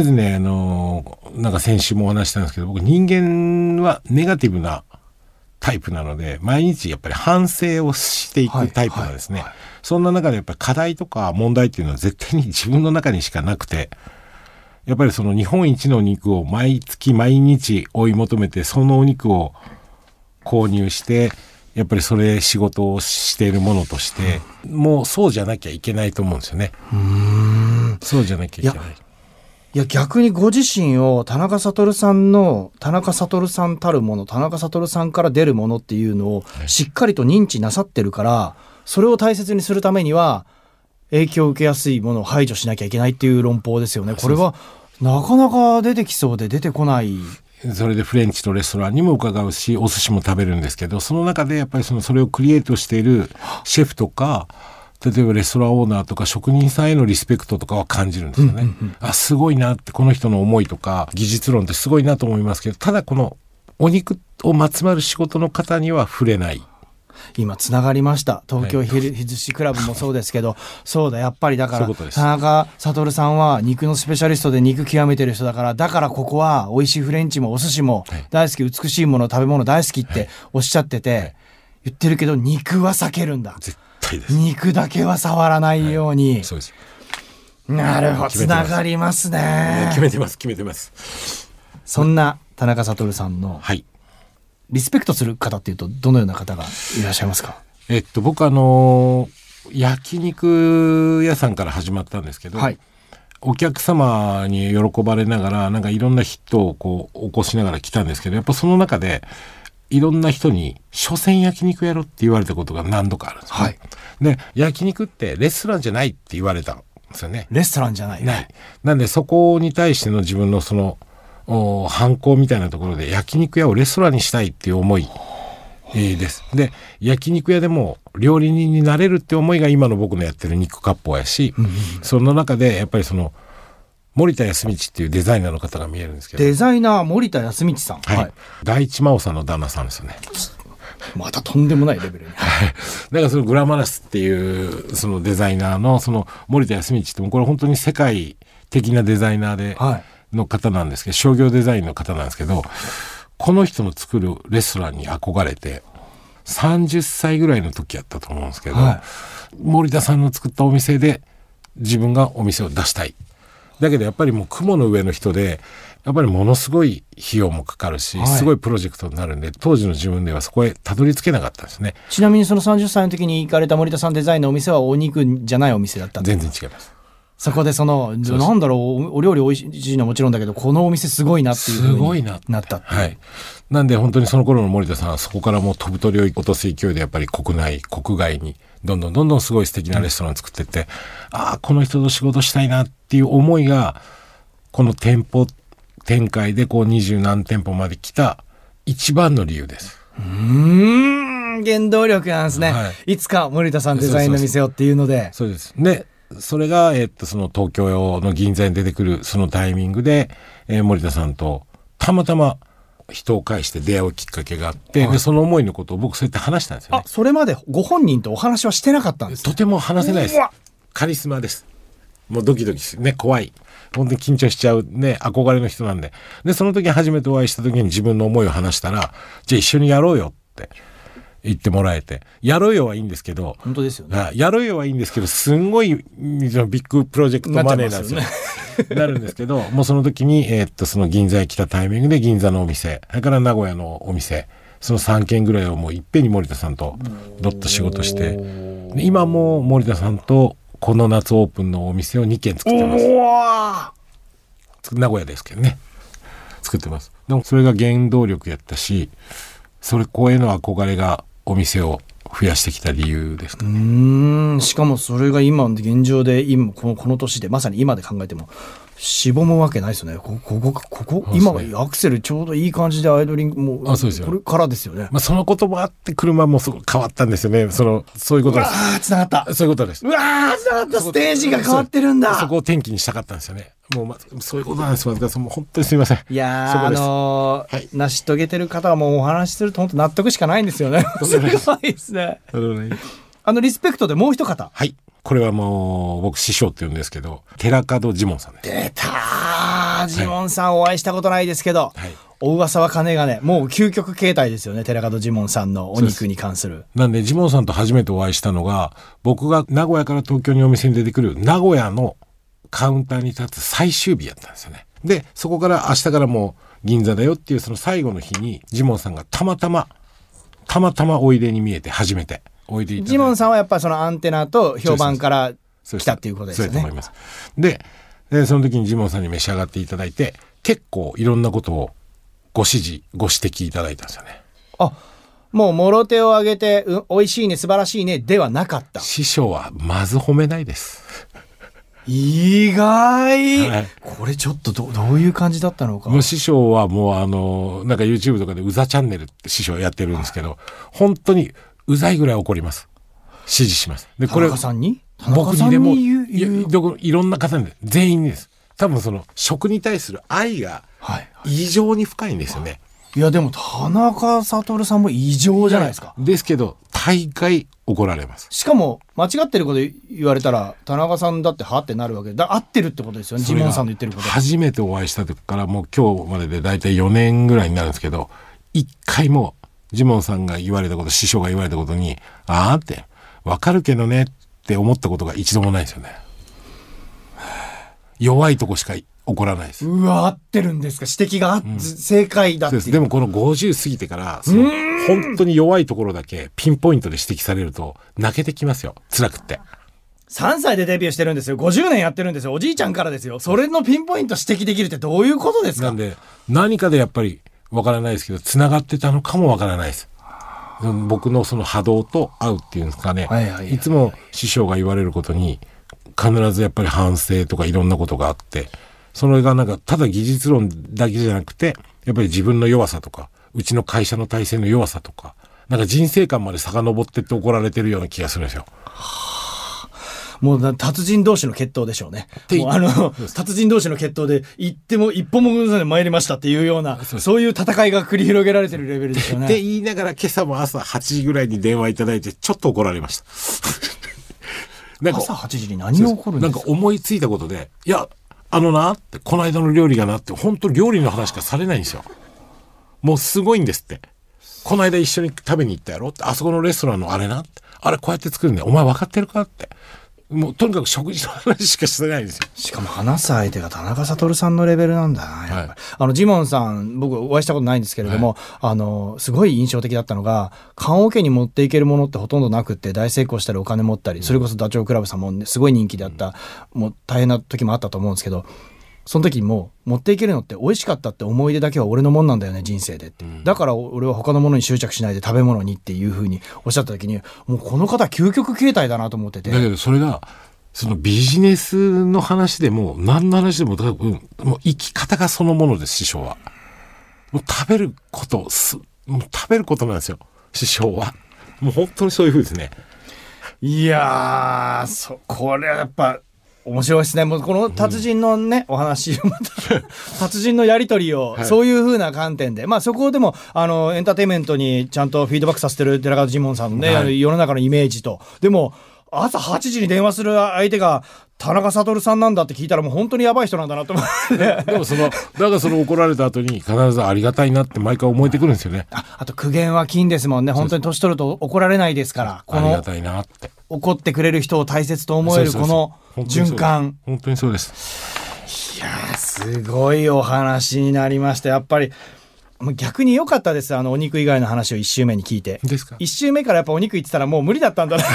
Speaker 2: 々なんか先週もお話したんですけど、僕人間はネガティブなタイプなので毎日やっぱり反省をしていくタイプなんですね。そんな中でやっぱり課題とか問題っていうのは絶対に自分の中にしかなくて、やっぱりその日本一の肉を毎月毎日追い求めて、そのお肉を購入してやっぱりそれ仕事をしているものとして、もうそうじゃなきゃいけないと思うんですよね。そうじゃなきゃいけない。
Speaker 1: いや逆にご自身を田中悟さんの田中悟さんたるもの、田中悟さんから出るものっていうのをしっかりと認知なさってるから、それを大切にするためには影響を受けやすいものを排除しなきゃいけないっていう論法ですよね。これはなかなか出てきそうで出てこない。
Speaker 2: それでフレンチとレストランにも伺うし、お寿司も食べるんですけど、その中でやっぱりそれをクリエイトしているシェフとか、例えばレストランオーナーとか職人さんへのリスペクトとかは感じるんですよね。すごいなって、この人の思いとか技術論ってすごいなと思いますけど、ただこのお肉をまつわる仕事の方には触れない。
Speaker 1: 今つながりました。東京ヒズシクラブもそうですけど、そうだ、やっぱりだから田中悟さんは肉のスペシャリストで肉極めてる人だから、だからここは美味しいフレンチもお寿司も大好き、美しいもの食べ物大好きっておっしゃってて、言ってるけど肉は避けるんだ。
Speaker 2: 絶対です。
Speaker 1: 肉だけは触らないように、
Speaker 2: そうです。
Speaker 1: なるほど、つながりますね。
Speaker 2: 決めてます。
Speaker 1: そんな田中悟さんのリスペクトする方っていうとどのような方がいらっしゃいますか？
Speaker 2: 僕焼肉屋さんから始まったんですけど、お客様に喜ばれながらなんかいろんなヒットをこう起こしながら来たんですけど、やっぱその中でいろんな人に所詮焼肉やろって言われたことが何度かあるんですよね。で、焼肉ってレストランじゃないって言われたんですよね。
Speaker 1: レストランじゃない。
Speaker 2: なんでそこに対しての自分の反抗みたいなところで焼肉屋をレストランにしたいっていう思いです。で、焼肉屋でも料理人になれるって思いが今の僕のやってる肉割烹やし、その中でやっぱり森田康道っていうデザイナーの方が見えるんですけど、
Speaker 1: デザイナー森田康道さん、
Speaker 2: 第一真央さんの旦那さんですよね。
Speaker 1: またとんでもないレベルに。
Speaker 2: だからグラマラスっていうデザイナーの森田康道ってこれ本当に世界的なデザイナーで、の方なんですけど、商業デザインの方なんですけど、この人の作るレストランに憧れて30歳ぐらいの時やったと思うんですけど、森田さんの作ったお店で自分がお店を出したい。だけどやっぱりもう雲の上の人で、やっぱりものすごい費用もかかるし、すごいプロジェクトになるんで、当時の自分ではそこへたどり着けなかったんですね。
Speaker 1: ちなみにその30歳の時に行かれた森田さんデザインのお店はお肉じゃないお店だったんですか？
Speaker 2: 全然違います。
Speaker 1: そこでなんだろう、お料理美味しいのはもちろんだけど、このお店すごいなっていう風になったっていう。
Speaker 2: なんで本当にその頃の森田さんはそこからもう飛ぶ鳥を落とす勢いでやっぱり国内国外にどんどんすごい素敵なレストランを作っていって、この人と仕事したいなっていう思いがこの店舗展開で20何店舗まで来た一番の理由です。
Speaker 1: 原動力なんですね、いつか森田さんデザインの店をっていうので。
Speaker 2: そうです。でそれが、その東京の銀座に出てくるそのタイミングで、森田さんとたまたま人を介して出会うきっかけがあって、でその思いのことを僕そうやって話したんですよね。
Speaker 1: それまでご本人とお話はしてなかったんです、
Speaker 2: とても話せないです。カリスマです。もうドキドキするね、怖い、本当に緊張しちゃうね、憧れの人なんで。でその時初めてお会いした時に自分の思いを話したら、じゃあ一緒にやろうよって言ってもらえて、やろうよはいいんですけど、
Speaker 1: 本当ですよね、
Speaker 2: やろうよはいいんですけど、すんごいビッグプロジェクトマネーなんですよ。なるんですけど、もうその時に、その銀座へ来たタイミングで銀座のお店、それから名古屋のお店、その3軒ぐらいをもういっぺんに森田さんとどっと仕事して、今も森田さんとこの夏オープンのお店を2軒作ってます。名古屋ですけどね、作ってます。でもそれが原動力やったし、それこうへの憧れがお店を増やしてきた理由ですかね。
Speaker 1: しかもそれが今の現状で今この年でまさに今で考えてもしぼむわけないですよね。ここ今アクセルちょうどいい感じでアイドリングも
Speaker 2: そうですよ。
Speaker 1: これからですよね。
Speaker 2: その言葉あって車もすごい変わったんですよね。そういうことです。
Speaker 1: つながった。
Speaker 2: そういうことです。
Speaker 1: つながった。ステージが変わってるんだ。
Speaker 2: そこを転機にしたかったんですよね。もうそういうことなんです。松川さんも本当にすみません。
Speaker 1: いや成し遂げてる方はもうお話しすると本当納得しかないんですよね。すごいですね。リスペクトでもう一方。
Speaker 2: はい。これはもう僕師匠って言うんですけど、寺門ジモンさんです。
Speaker 1: 出たジモンさん、お会いしたことないですけど、お噂は金がね、もう究極形態ですよね、寺門ジモンさんのお肉に関する。
Speaker 2: なんでジモンさんと初めてお会いしたのが、僕が名古屋から東京にお店に出てくる名古屋のカウンターに立つ最終日やったんですよね。でそこから明日からもう銀座だよっていうその最後の日にジモンさんがたまたまおいでに見えて、初めておいでいただいて、
Speaker 1: ジモンさんはやっぱりそのアンテナと評判から来たっていうことですよね。
Speaker 2: そうだと思います。でその時にジモンさんに召し上がっていただいて、結構いろんなことをご指示ご指摘いただいたんですよね。
Speaker 1: もうもろ手を挙げて、美味しいね素晴らしいねではなかった。
Speaker 2: 師匠はまず褒めないです。
Speaker 1: 意外、これちょっと どういう感じだったのか。
Speaker 2: もう師匠はもうなんか YouTube とかでうざチャンネルって師匠やってるんですけど、本当にうざいぐらい怒ります。指示します。でこれ
Speaker 1: 田中さんに
Speaker 2: 僕にでもいろんな方に全員です。多分その食に対する愛が異常に深いんですよね。
Speaker 1: いやでも田中悟さんも異常じゃないですか。
Speaker 2: ですけど大概怒られます。
Speaker 1: しかも間違ってること言われたら田中さんだってはってなるわけで、合ってるってことですよね。ジモンさんの言ってること。初
Speaker 2: めてお会いした時からもう今日まででだいたい4年ぐらいになるんですけど、一回もジモンさんが言われたこと、師匠が言われたことにあーってわかるけどねって思ったことが一度もないですよね。弱いとこしか怒らないです。
Speaker 1: 合ってるんですか。指摘が正解だっていう。
Speaker 2: でもこの50過ぎてから本当に弱いところだけピンポイントで指摘されると泣けてきますよ。辛くって。
Speaker 1: 3歳でデビューしてるんですよ。50年やってるんですよ。おじいちゃんからですよ。それのピンポイント指摘できるってどういうことですか。
Speaker 2: なんで何かでやっぱりわからないですけどつながってたのかもわからないです。僕のその波動と合うっていうんですかね、いつも師匠が言われることに必ずやっぱり反省とかいろんなことがあって、それがなんかただ技術論だけじゃなくてやっぱり自分の弱さとかうちの会社の体制の弱さとかなんか人生観まで遡ってって怒られてるような気がするんですよ。
Speaker 1: もう達人同士の決闘でしょうね。もう達人同士の決闘で行っても一歩も動かずに参りましたっていうようなそういう戦いが繰り広げられてるレベルですよね。
Speaker 2: って言いながら今朝も朝8時ぐらいに電話いただいてちょっと怒られました。
Speaker 1: なんか朝8時に何が起こるんですか。
Speaker 2: なんか思いついたことで、いやなってこの間の料理がなって本当料理の話しかされないんですよ。もうすごいんですって。この間一緒に食べに行ったやろって、あそこのレストランのあれなって、あれこうやって作るんだよ、お前分かってるかって。もうとにかく食事の話しかしてないんですよ。
Speaker 1: しかも話す相手が田中悟さんのレベルなんだな。やっぱりジモンさん僕お会いしたことないんですけれども、すごい印象的だったのが棺桶に持っていけるものってほとんどなくって大成功したりお金持ったり、それこそダチョウ倶楽部さんも、ね、すごい人気だった、もう大変な時もあったと思うんですけど、その時も持っていけるのって美味しかったって思い出だけは俺のもんなんだよね人生でって、だから俺は他のものに執着しないで食べ物にっていう風におっしゃった時にもうこの方究極形態だなと思ってて。
Speaker 2: だけどそれがそのビジネスの話でも何の話でも多分もう生き方がそのものです。師匠はもう食べることなんですよ、師匠は。もう本当にそういう風ですね。
Speaker 1: いやー、これはやっぱ面白いですね。もうこの達人のね、お話また達人のやり取りを、そういう風な観点で、まあそこでもエンターテインメントにちゃんとフィードバックさせてる寺門ジモンさんのね、世の中のイメージと、でも朝8時に電話する相手が田中悟さんなんだって聞いたらもう本当にやばい人なんだなと思って
Speaker 2: でもだからその怒られた後に必ずありがたいなって毎回思えてくるんですよね。
Speaker 1: あと苦言は金ですもんね。本当に年取ると怒られないですから、
Speaker 2: ありがたいなって、
Speaker 1: 怒ってくれる人を大切と思えるこの循環。
Speaker 2: 本当にそうです。
Speaker 1: いやー、すごいお話になりました。やっぱり逆に良かったです。お肉以外の話を1週目に聞いて。
Speaker 2: ですか。
Speaker 1: 1週目からやっぱお肉言ってたらもう無理だったんだな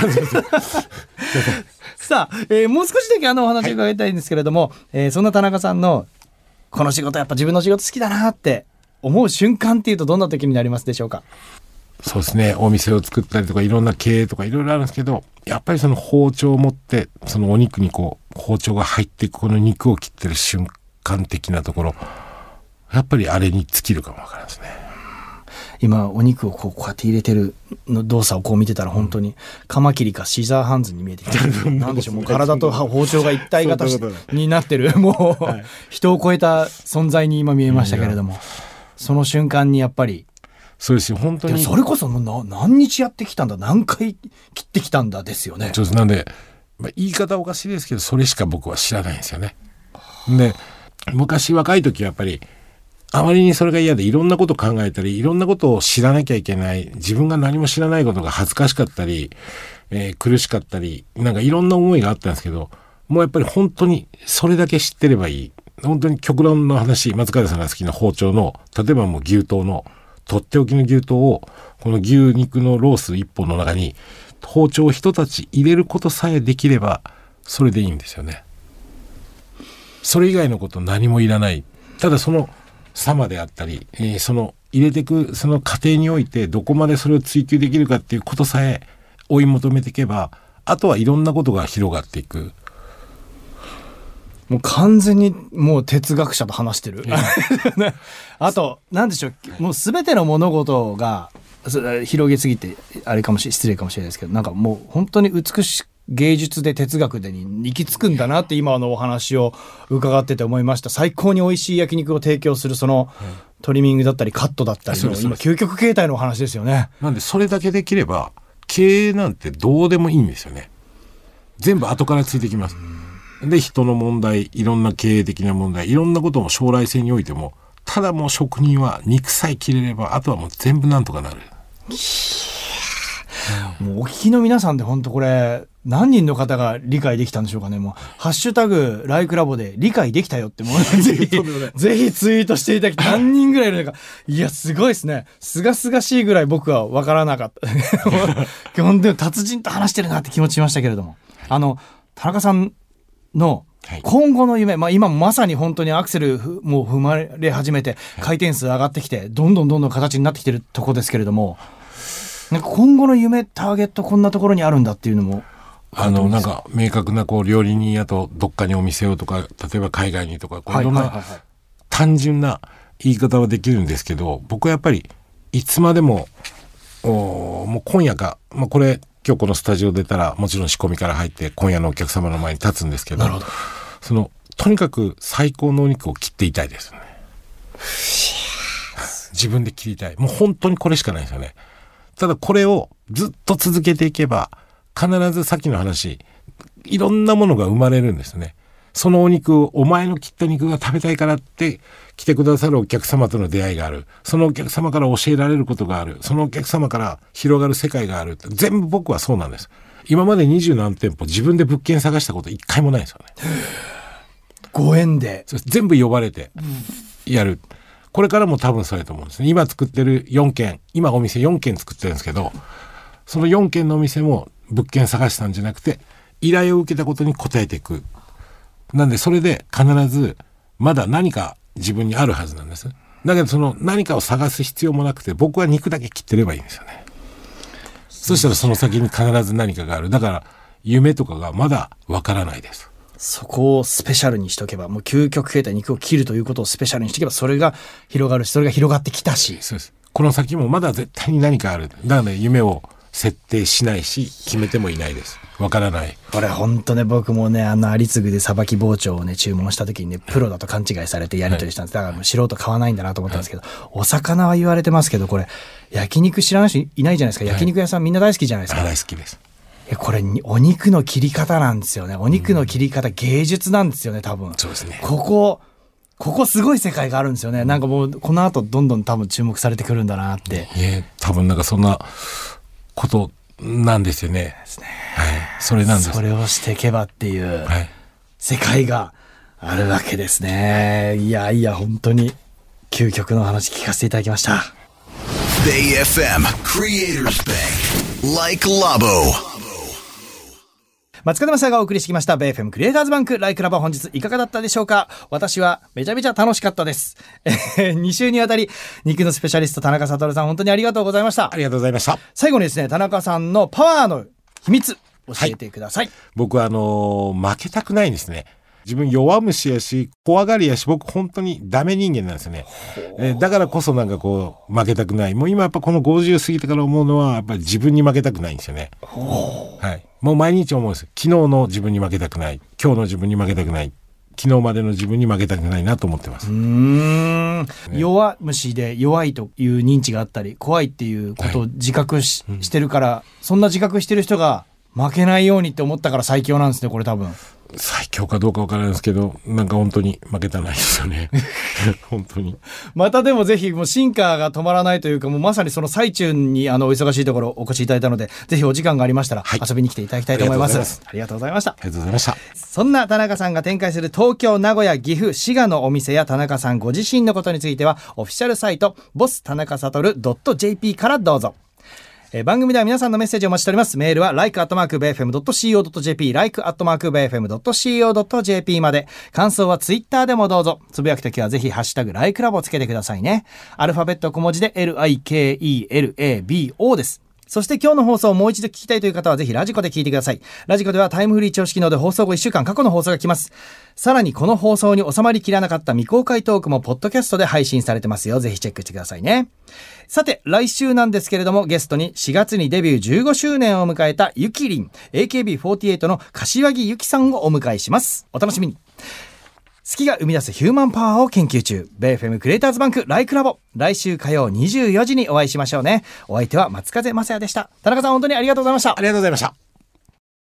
Speaker 1: さあ、もう少しだけお話を伺いたいんですけれども、そんな田中さんのこの仕事やっぱ自分の仕事好きだなって思う瞬間っていうとどんな時になりますでしょうか。
Speaker 2: そうですね、お店を作ったりとかいろんな経営とかいろいろあるんですけど、やっぱりその包丁を持ってそのお肉にこう包丁が入っていくこの肉を切ってる瞬間的なところ、やっぱりあれに尽きるかもわからないですね。
Speaker 1: 今お肉をこうやって入れてるの動作をこう見てたら本当にカマキリかシザーハンズに見えてきてなんでしょう、もう体と包丁が一体型になってるもう、はい、人を超えた存在に今見えましたけれども、その瞬間にやっぱり
Speaker 2: そうですよ。本当に
Speaker 1: それこそもう何日やってきたんだ、何回切ってきたんだですよね。
Speaker 2: なんで、言い方おかしいですけどそれしか僕は知らないんですよね。で昔若い時はやっぱりあまりにそれが嫌でいろんなこと考えたりいろんなことを知らなきゃいけない、自分が何も知らないことが恥ずかしかったり、苦しかったりなんかいろんな思いがあったんですけど、もうやっぱり本当にそれだけ知ってればいい。本当に極論の話、松方さんが好きな包丁の例えばもう牛刀のとっておきの牛刀をこの牛肉のロース1本の中に包丁を一たち入れることさえできればそれでいいんですよね。それ以外のこと何もいらない。ただその様であったり、その入れていくその過程においてどこまでそれを追求できるかっていうことさえ追い求めていけば、あとはいろんなことが広がっていく。
Speaker 1: もう完全にもう哲学者と話してるあと何でしょう、もう全ての物事が広げすぎてあれかも失礼かもしれないですけど、なんかもう本当に美しい芸術で哲学でに行き着くんだなって今のお話を伺ってて思いました。最高に美味しい焼肉を提供するそのトリミングだったりカットだったりの今究極形態のお話ですよね。
Speaker 2: なんでそれだけできれば経営なんてどうでもいいんですよね。全部後からついてきます。で人の問題、いろんな経営的な問題、いろんなことも将来性においても、ただもう職人は肉さえ切れればあとはもう全部なんとかなる。
Speaker 1: もうお聞きの皆さんで本当これ何人の方が理解できたんでしょうかね。もうハッシュタグライクラボで理解できたよってもうぜひツイートしていただき、何人ぐらいいるのか。いやすごいですね。すがすがしいぐらい僕は分からなかった本当に達人と話してるなって気持ちしましたけれども、田中さんの今後の夢、今まさに本当にアクセルもう踏まれ始めて回転数上がってきてどんどん形になってきてるとこですけれども、なんか今後の夢ターゲットこんなところにあるんだっていうのも
Speaker 2: なんか明確なこう料理人やとどっかにお店をとか例えば海外にとかいろんな単純な言い方はできるんですけど、僕はやっぱりいつまでももう今夜か、これ今日このスタジオ出たらもちろん仕込みから入って今夜のお客様の前に立つんですけど、とにかく最高のお肉を切っていたいですね。自分で切りたい。もう本当にこれしかないですよね。ただこれをずっと続けていけば必ずさっきの話、いろんなものが生まれるんですね。そのお肉をお前の切った肉が食べたいからって来てくださるお客様との出会いがある。そのお客様から教えられることがある。そのお客様から広がる世界がある。全部僕はそうなんです。今まで20何店舗自分で物件探したこと一回もないですよね。
Speaker 1: ご縁で
Speaker 2: 全部呼ばれてやる。これからも多分そうやと思うんですね。今作ってる4軒、今お店4軒作ってるんですけど、その4軒のお店も物件探したんじゃなくて依頼を受けたことに応えていく。なんでそれで必ずまだ何か自分にあるはずなんです。だけどその何かを探す必要もなくて僕は肉だけ切ってればいいんですよね。そしたらその先に必ず何かがある。だから夢とかがまだわからないです。
Speaker 1: そこをスペシャルにしとけば、もう究極形態肉を切るということをスペシャルにしておけば、それが広がるし、それが広がってきたし。
Speaker 2: そうです。この先もまだ絶対に何かある。だからね、夢を設定しないし決めてもいないです。わからない。
Speaker 1: これ本当ね、僕もね、有継でさばき包丁をね注文した時にね、プロだと勘違いされてやり取りしたんです。だからもう素人買わないんだなと思ったんですけど、お魚は言われてますけど、これ焼肉知らない人いないじゃないですか。焼肉屋さんみんな大好きじゃないですか。
Speaker 2: 大好きです。
Speaker 1: これお肉の切り方なんですよね。お肉の切り方、芸術なんですよね、多分。
Speaker 2: そうですね。
Speaker 1: ここすごい世界があるんですよね。なんかもうこの後どんどん多分注目されてくるんだなって。
Speaker 2: 多分なんかそんなことなんですよね。はい、それなんです。
Speaker 1: それをしていけばっていう世界があるわけですね。いやいや、本当に究極の話聞かせていただきました。
Speaker 3: Bay FM Creators Bank Like Labo。
Speaker 1: 松方正がお送りしてきましたベイ FM クリエイターズバンクライクラボ、本日いかがだったでしょうか。私はめちゃめちゃ楽しかったです。2週にわたり肉のスペシャリスト田中悟さん、本当にありがとうございました。
Speaker 2: ありがとうございました。
Speaker 1: 最後にですね、田中さんのパワーの秘密教えてください。
Speaker 2: 僕は負けたくないんですね。自分弱虫やし怖がりやし、僕本当にダメ人間なんですよね。だからこそなんかこう負けたくない。もう今やっぱこの50過ぎてから思うのは、やっぱり自分に負けたくないんですよね。はい。もう毎日思うんです。昨日の自分に負けたくない、今日の自分に負けたくない、昨日までの自分に負けたくないなと思ってます。
Speaker 1: 弱虫で弱いという認知があったり、怖いっていうことを自覚してるから、そんな自覚してる人が負けないようにって思ったから最強なんですね、これ多分。
Speaker 2: 最強かどうかわからないですけど、なんか本当に負けたないですよね。本当に。
Speaker 1: またでもぜひもう進化が止まらないというか、もうまさにその最中にお忙しいところお越しいただいたので、ぜひお時間がありましたら遊びに来ていただきたいと思います。ありがとうございました。
Speaker 2: ありがとうございました。
Speaker 1: そんな田中さんが展開する東京、名古屋、岐阜、滋賀のお店や田中さんご自身のことについては、オフィシャルサイトボス田中悟.jp からどうぞ。番組では皆さんのメッセージをお待ちしております。メールは like@bayfm.co.jp like@bayfm.co.jp まで。感想はツイッターでもどうぞ。つぶやくときはぜひハッシュタグライクラボをつけてくださいね。アルファベット小文字で LIKELABO です。そして今日の放送をもう一度聞きたいという方はぜひラジコで聞いてください。ラジコではタイムフリー聴取機能で放送後1週間過去の放送が来ます。さらにこの放送に収まりきらなかった未公開トークもポッドキャストで配信されてますよ。ぜひチェックしてくださいね。さて来週なんですけれども、ゲストに4月にデビュー15周年を迎えたゆきりん AKB48 の柏木由紀さんをお迎えします。お楽しみに。好きが生み出すヒューマンパワーを研究中、ベイ FM クリエイターズバンクライクラボ、来週火曜24時にお会いしましょうね。お相手は松風正也でした。田中さん、本当にありがとうございました。
Speaker 2: ありがとうございました。